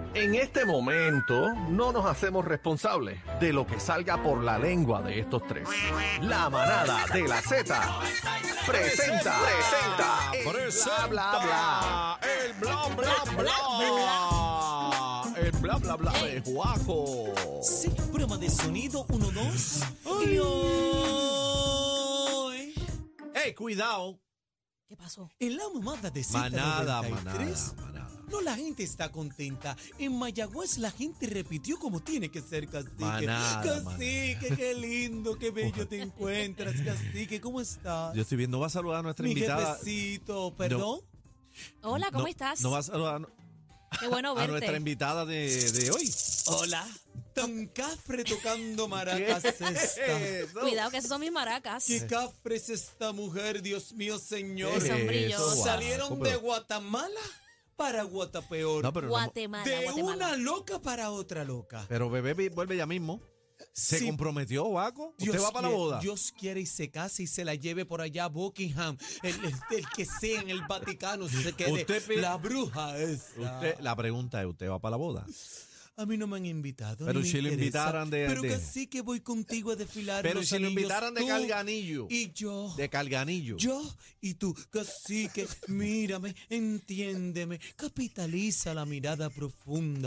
En este momento no nos hacemos responsables de lo que salga por la lengua de estos tres. La manada de la Z presenta el bla bla bla. El bla bla bla. El bla bla bla de Juaco. Sí, prueba de sonido, 1, 2. Y hoy, ¡Ey, cuidado! ¿Qué pasó? en la mamada de Manada. Z93, no, la gente está contenta. En Mayagüez la gente repitió como tiene que ser, Cacique. Manada, Cacique, qué lindo, qué bello te encuentras, Cacique. ¿Cómo estás? Yo estoy viendo, va a saludar a nuestra Mi invitada. jefecito, ¿perdón? Hola, ¿cómo No, estás? No va a saludar Qué bueno a nuestra verte. invitada de hoy. Hola. Tan cafre tocando maracas esta. Eso. Cuidado, que esas son mis maracas. ¿Qué cafre es esta mujer, Dios mío, señor? Que son brillosas. Salieron de Guatemala para Guatapeor. No, pero no- Guatemala, de Guatemala. una loca para otra loca. pero bebé vuelve ya mismo. ¿Se Sí. comprometió, Juaco? ¿Usted Dios va para la quiere- boda? Dios quiere y se case y se la lleve por allá a Buckingham. El que sea en el Vaticano se quede. Usted pi- La bruja es. La pregunta es, ¿usted va para la boda? A mí no me han invitado. Pero ni me si lo interesa. invitaran Pero de- casi que voy contigo a desfilar. Pero los si lo anillos, invitaran de tú Calganillo. Y yo. De Calganillo. Yo y tú, cacique, mírame, entiéndeme, capitaliza la mirada profunda.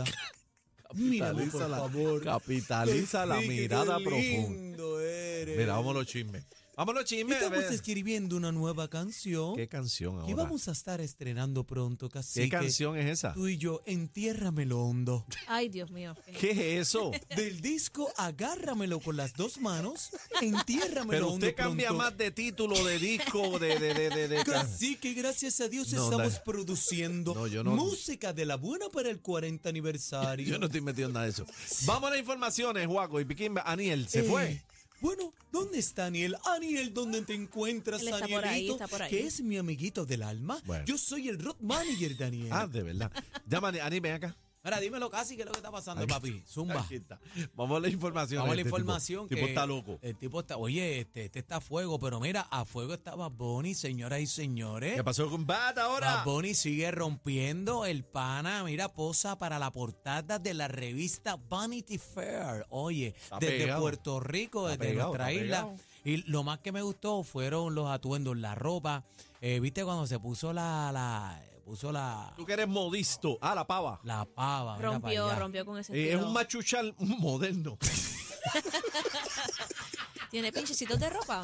Mírame, por favor. Capitaliza la Cacique, mirada qué profunda. lindo eres. Mira, vamos a los chismes. Vamos a los chismes. Estamos bebé. escribiendo una nueva canción ¿Qué canción ahora? que vamos a estar estrenando pronto, ¿Qué cacique. canción es esa? Tú y yo, entiérramelo hondo. Ay, Dios mío. ¿Qué es eso? Del disco Agárramelo con las dos manos, entiérramelo Pero hondo usted cambia pronto. más de título, de disco, de Cacique, gracias a Dios No, estamos da- produciendo No, yo no- música de la buena para el 40 aniversario. Yo no estoy metido en nada de eso. Vamos a las informaciones, Juaco. Y Piquín, Aniel, ¿se Eh, fue? Bueno, ¿dónde está Aniel? Aniel, ¿dónde te encuentras, Él está por ahí, Anielito? está por ahí. Que es mi amiguito del alma. Bueno. Yo soy el road manager de Aniel. Ah, de verdad. Llama, Aniel, ven acá. Ahora, dímelo casi, ¿qué es lo que está pasando, papi? Zumba. Aquí está. Vamos a la información. Vamos a la información. Tipo que está loco. El tipo está, oye, este está a fuego, pero mira, a fuego está Bad Bunny, señoras y señores. ¿Qué pasó con Bad ahora? Bad Bunny sigue rompiendo el pana, mira, posa para la portada de la revista Vanity Fair. Oye, Está desde pegado. Puerto Rico, Está desde pegado, nuestra está isla. pegado. Y lo más que me gustó fueron los atuendos, la ropa. ¿Viste cuando se puso puso la Tú que eres modisto. Ah, la pava. pava? Mira para allá. Rompió con ese Es estilo. un machuchal moderno. ¿Tiene pinchecitos de ropa?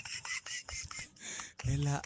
Es la-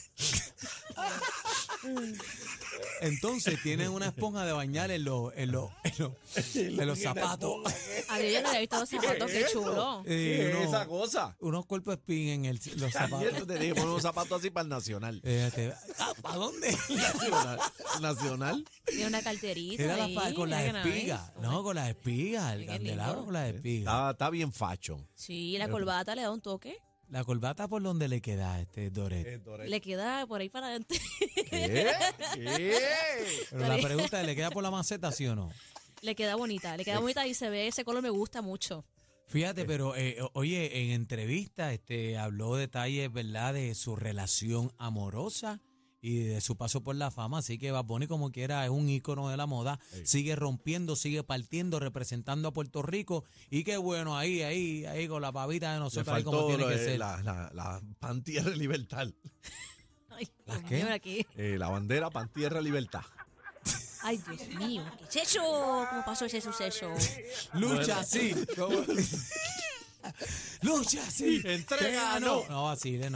Entonces tienen una esponja de bañar en los zapatos. Adiós, yo no había visto los zapatos, qué chulo. ¿Qué es unos- esa cosa? Unos cuerpos spin en los Ayer zapatos. te dije, pon unos zapatos así para el Nacional. ¿Para dónde? Nacional. Tiene una carterita Era ahí, con las mira qué espigas. nice. No, con las espigas. El Qué candelabro lindo. con las espigas. Está bien fashion. Sí, la corbata le da un toque. La corbata por donde le queda Doret. Le queda por ahí para adelante. ¿Qué? ¿Qué? Pero la pregunta es, ¿le queda por la maceta, sí o no? Le queda bonita y se ve, ese color me gusta mucho. Fíjate, pero oye, en entrevista habló detalles, ¿verdad?, de su relación amorosa y de su paso por la fama. Así que Bad Bunny, como quiera, es un ícono de la moda. Sigue rompiendo, sigue partiendo, representando a Puerto Rico. Y qué bueno, ahí con la pavita de Le nosotros, ahí como faltó tiene que ser. la Pantierra Libertad. Ay, ¿La Dios qué? mío, aquí. La bandera Pantierra Libertad. Ay, Dios mío, ¿qué es eso? ¿Cómo pasó ese suceso? Lucha así. Lucha así. Entrega, no. No vacile.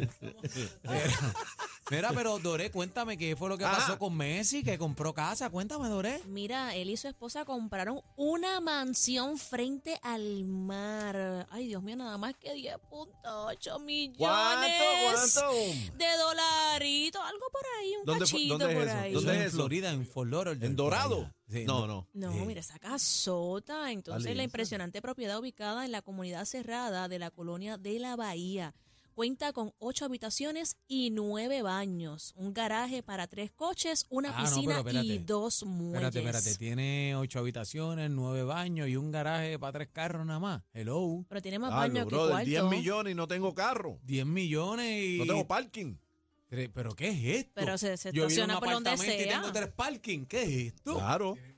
Mira, pero Doré, cuéntame qué fue lo que pasó con Messi, que compró casa. Cuéntame, Doré. Mira, él y su esposa compraron una mansión frente al mar. Ay, Dios mío, nada más que 10.8 millones ¿Cuánto? de dolaritos. Algo por ahí, un ¿Dónde fue- cachito dónde es por eso? ahí. ¿Dónde Eso es en eso? Florida, en Fort Lauderdale. ¿En Dorado? Sí, No. No, Sí. mira, esa casota. Entonces, Dale, la esa. impresionante propiedad ubicada en la comunidad cerrada de la colonia de la Bahía. Cuenta con 8 habitaciones y 9 baños, un garaje para 3 coches, una Ah, no, piscina pero y espérate. 2 muelles. Espérate. Tiene 8 habitaciones, 9 baños y un garaje para 3 carros nada más. Hello. Pero tiene más Ah, baños que brother, cuarto. 10 millones y no tengo carro. 10 millones y... No tengo parking. ¿Pero qué es esto? Pero se Yo vivo en estaciona un por donde apartamento y sea. tengo 3 parking. ¿Qué es esto? Claro.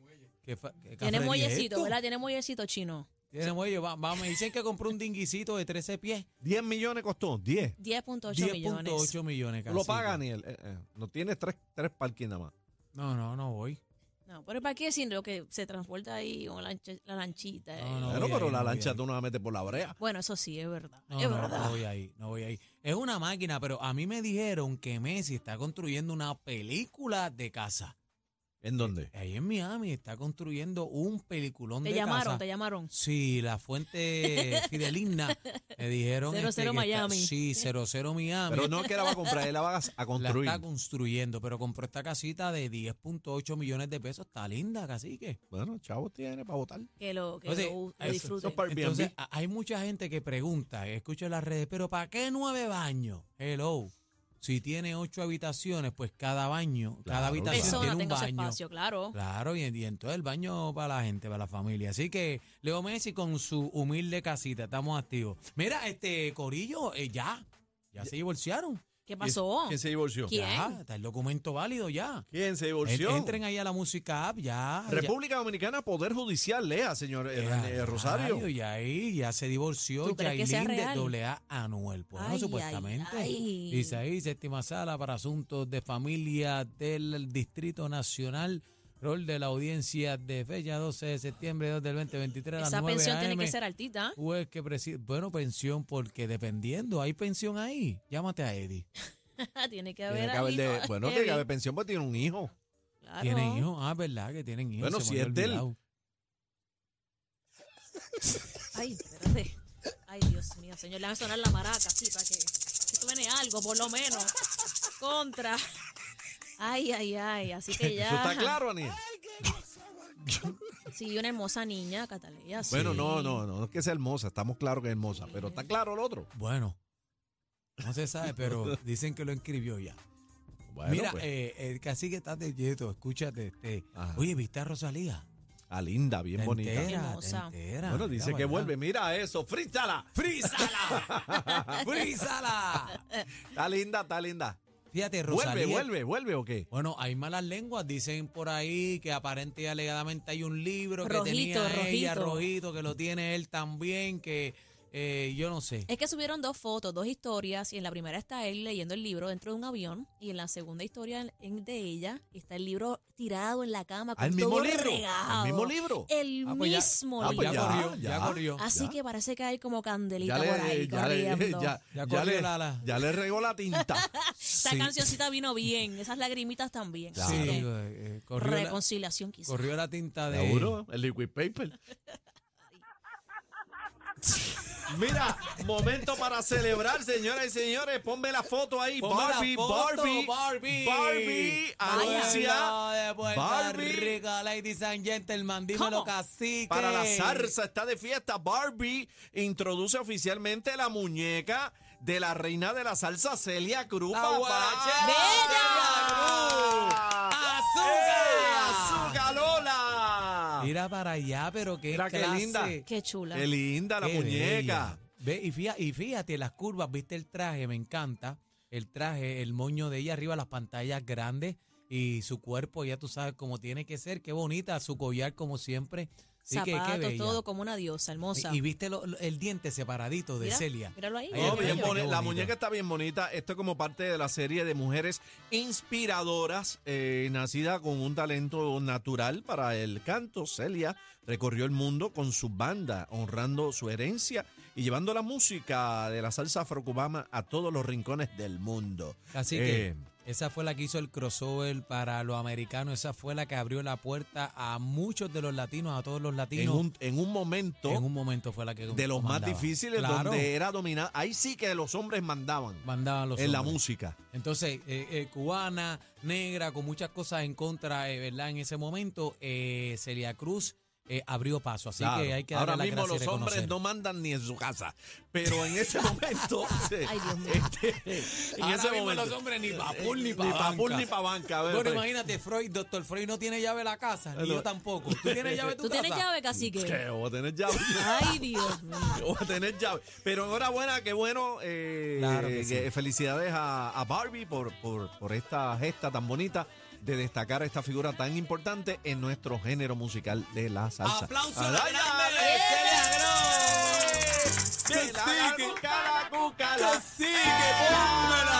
Tiene cafrería es muellecito, esto? ¿verdad? Tiene muellecito chino. Tiene muelle. Me dicen que compró un dinguicito de 13 pies. 10 millones costó, 10. 10.8 millones. 10.8 millones Tú casi. lo pagas, Daniel. No tienes tres parking nada más. No voy. No, pero ¿para qué decir lo que se transporta ahí con la lanchita? No Pero, voy pero ahí, la no voy lancha ahí. tú no la metes por la brea. Bueno, eso sí, es verdad. No, es no, verdad. no voy ahí. Es una máquina, pero a mí me dijeron que Messi está construyendo una película de casa. ¿En dónde? Ahí en Miami está construyendo un peliculón Te de llamaron, casa. te llamaron. Sí, la fuente fideligna me dijeron 00 que está- Miami. sí, 00 Miami. Pero no es que la va a comprar, él la va a la construir. está construyendo, pero compró esta casita de 10.8 millones de pesos. Está linda, cacique. Bueno, chavo tiene para votar. Que lo Entonces, disfruten. eso para- Airbnb. Entonces, hay mucha gente que pregunta, escucho en las redes, pero ¿para qué 9 baños? Hello. Si tiene 8 habitaciones, pues cada baño, cada Claro, habitación Persona tiene un tenga su baño. espacio, claro. Claro, y entonces el baño para la gente, para la familia. Así que Leo Messi con su humilde casita, estamos activos. Mira, Corillo, ya se divorciaron. ¿Qué pasó? ¿Quién se divorció? ¿Quién? Ya, está el documento válido ya. ¿Quién se divorció? Entren ahí a la música app, ya. República Dominicana, Poder Judicial, lea, señor Rosario. Y ahí ya se divorció ¿Tú crees que sea Yailin de real? AA Anuel. Bueno, Ay, supuestamente. ay. Dice ahí, séptima sala para asuntos de familia del Distrito Nacional. Rol de la audiencia de fecha 12 de septiembre del 2023 a las Esa 9 pensión tiene que AM. ser altita. Juez que bueno, pensión, porque dependiendo, ¿hay pensión ahí? Llámate a Eddie. Tiene que Tiene haber que haber algo. bueno, tiene que haber pensión porque tiene un hijo. Claro. ¿Tienen hijos? Ah, ¿verdad que tienen hijos? Bueno, Se si me había es de él. olvidado. Ay, espérate. Ay, Dios mío, señor. Le van a sonar la maraca, sí, para que suene algo, por lo menos. Contra. Ay. Así que ya. ¿Eso está claro, Aniel? Sí, una hermosa niña, Catalina. Sí. Bueno, no es que sea hermosa, estamos claros que es hermosa, pero está claro el otro. Bueno, no se sabe, pero dicen que lo inscribió ya. Bueno, Mira, pues, el cacique está de quieto, escúchate. Ajá. Oye, ¿viste a Rosalía? linda, bien Está bonita. entera, Hermosa. está entera. Bueno, dice Mira que para vuelve, allá. mira eso, frízala. ¡Frízala! ¡Frízala! Está linda. Fíjate, Rosalía. ¿Vuelve o qué? Bueno, hay malas lenguas, dicen por ahí que aparente y alegadamente hay un libro que Rojito, tenía ella, rojito. rojito, que lo tiene él también, que yo no sé. Es que subieron 2 fotos, 2 historias, y en la primera está él leyendo el libro dentro de un avión, y en la segunda historia de ella está el libro tirado en la cama con ¿Al mismo todo libro? regado. ¿Al mismo libro? El Ah, pues ya- mismo ah, libro. pues ya corrió, ya. ya corrió. Así Ya. que parece que hay como candelita Ya por ahí le, corriendo. Ya corrió ya le regó la tinta. Esa Sí. cancioncita vino bien, esas lagrimitas también. Claro. Sí, Así que, reconciliación quizás. corrió la tinta de... Seguro, el liquid paper. Mira, momento para celebrar, señoras y señores. Ponme la foto ahí. Ponme la Barbie, foto, Barbie Barbie. anuncia Pueblo de Puerto Barbie. Rico, ladies and gentlemen, dímelo, ¿Cómo? cacique. para la zarza. Está de fiesta. Barbie introduce oficialmente la muñeca de la reina de la salsa, Celia Cruz. La papá. guarachera. ¡Bella! ¡Azúcar! ¡Azúcar, Lola! Mira para allá, pero qué Mira qué clase. linda. Qué chula. Qué linda la Qué muñeca. bella. Ve, y fíjate, las curvas, viste el traje, me encanta. El traje, el moño de ella arriba, las pantallas grandes y su cuerpo, ya tú sabes cómo tiene que ser. Qué bonita, su collar como siempre. Sí, qué Zapatos, bella. todo como una diosa hermosa. Y viste el diente separadito de Mira, Celia. míralo ahí. Ahí No, es bien bello, qué bonita. La bonito. muñeca está bien bonita. Esto es como parte de la serie de mujeres inspiradoras, nacida con un talento natural para el canto. Celia recorrió el mundo con su banda, honrando su herencia y llevando la música de la salsa afrocubana a todos los rincones del mundo. Así que esa fue la que hizo el crossover para los americanos. Esa fue la que abrió la puerta a muchos de los latinos, a todos los latinos. En un momento En un momento fue la que de los más comandaba. difíciles, Claro, donde era dominada. Ahí sí que los hombres mandaban mandaban los en la hombres. música. Entonces, cubana, negra, con muchas cosas en contra, ¿verdad? En ese momento, Celia Cruz abrió paso. Así Claro. que hay que darle Ahora las mismo gracias y los hombres reconocer. no mandan ni en su casa, pero en ese momento, Ay, Dios mío. en Ahora ese mismo momento, los hombres ni pa' pool ni pa' ni pa' pool banca. ni pa' banca. a ver, Bueno, pues, imagínate, Doctor Freud no tiene llave de la casa, ni No. yo tampoco. ¿Tú tienes llave de tu ¿Tú casa? tienes llave, cacique? ¿qué? Voy a tener llave. Ay, Dios mío. Voy a tener llave. Pero enhorabuena, qué bueno. Claro que sí. Felicidades a Barbie por esta gesta tan bonita. de destacar a esta figura tan importante en nuestro género musical de la salsa. ¡Aplausos ¡A a la la grande! grande! ¡Que la ¡Que la cuca, la cuca, la! ¡Que sí, que pónmela!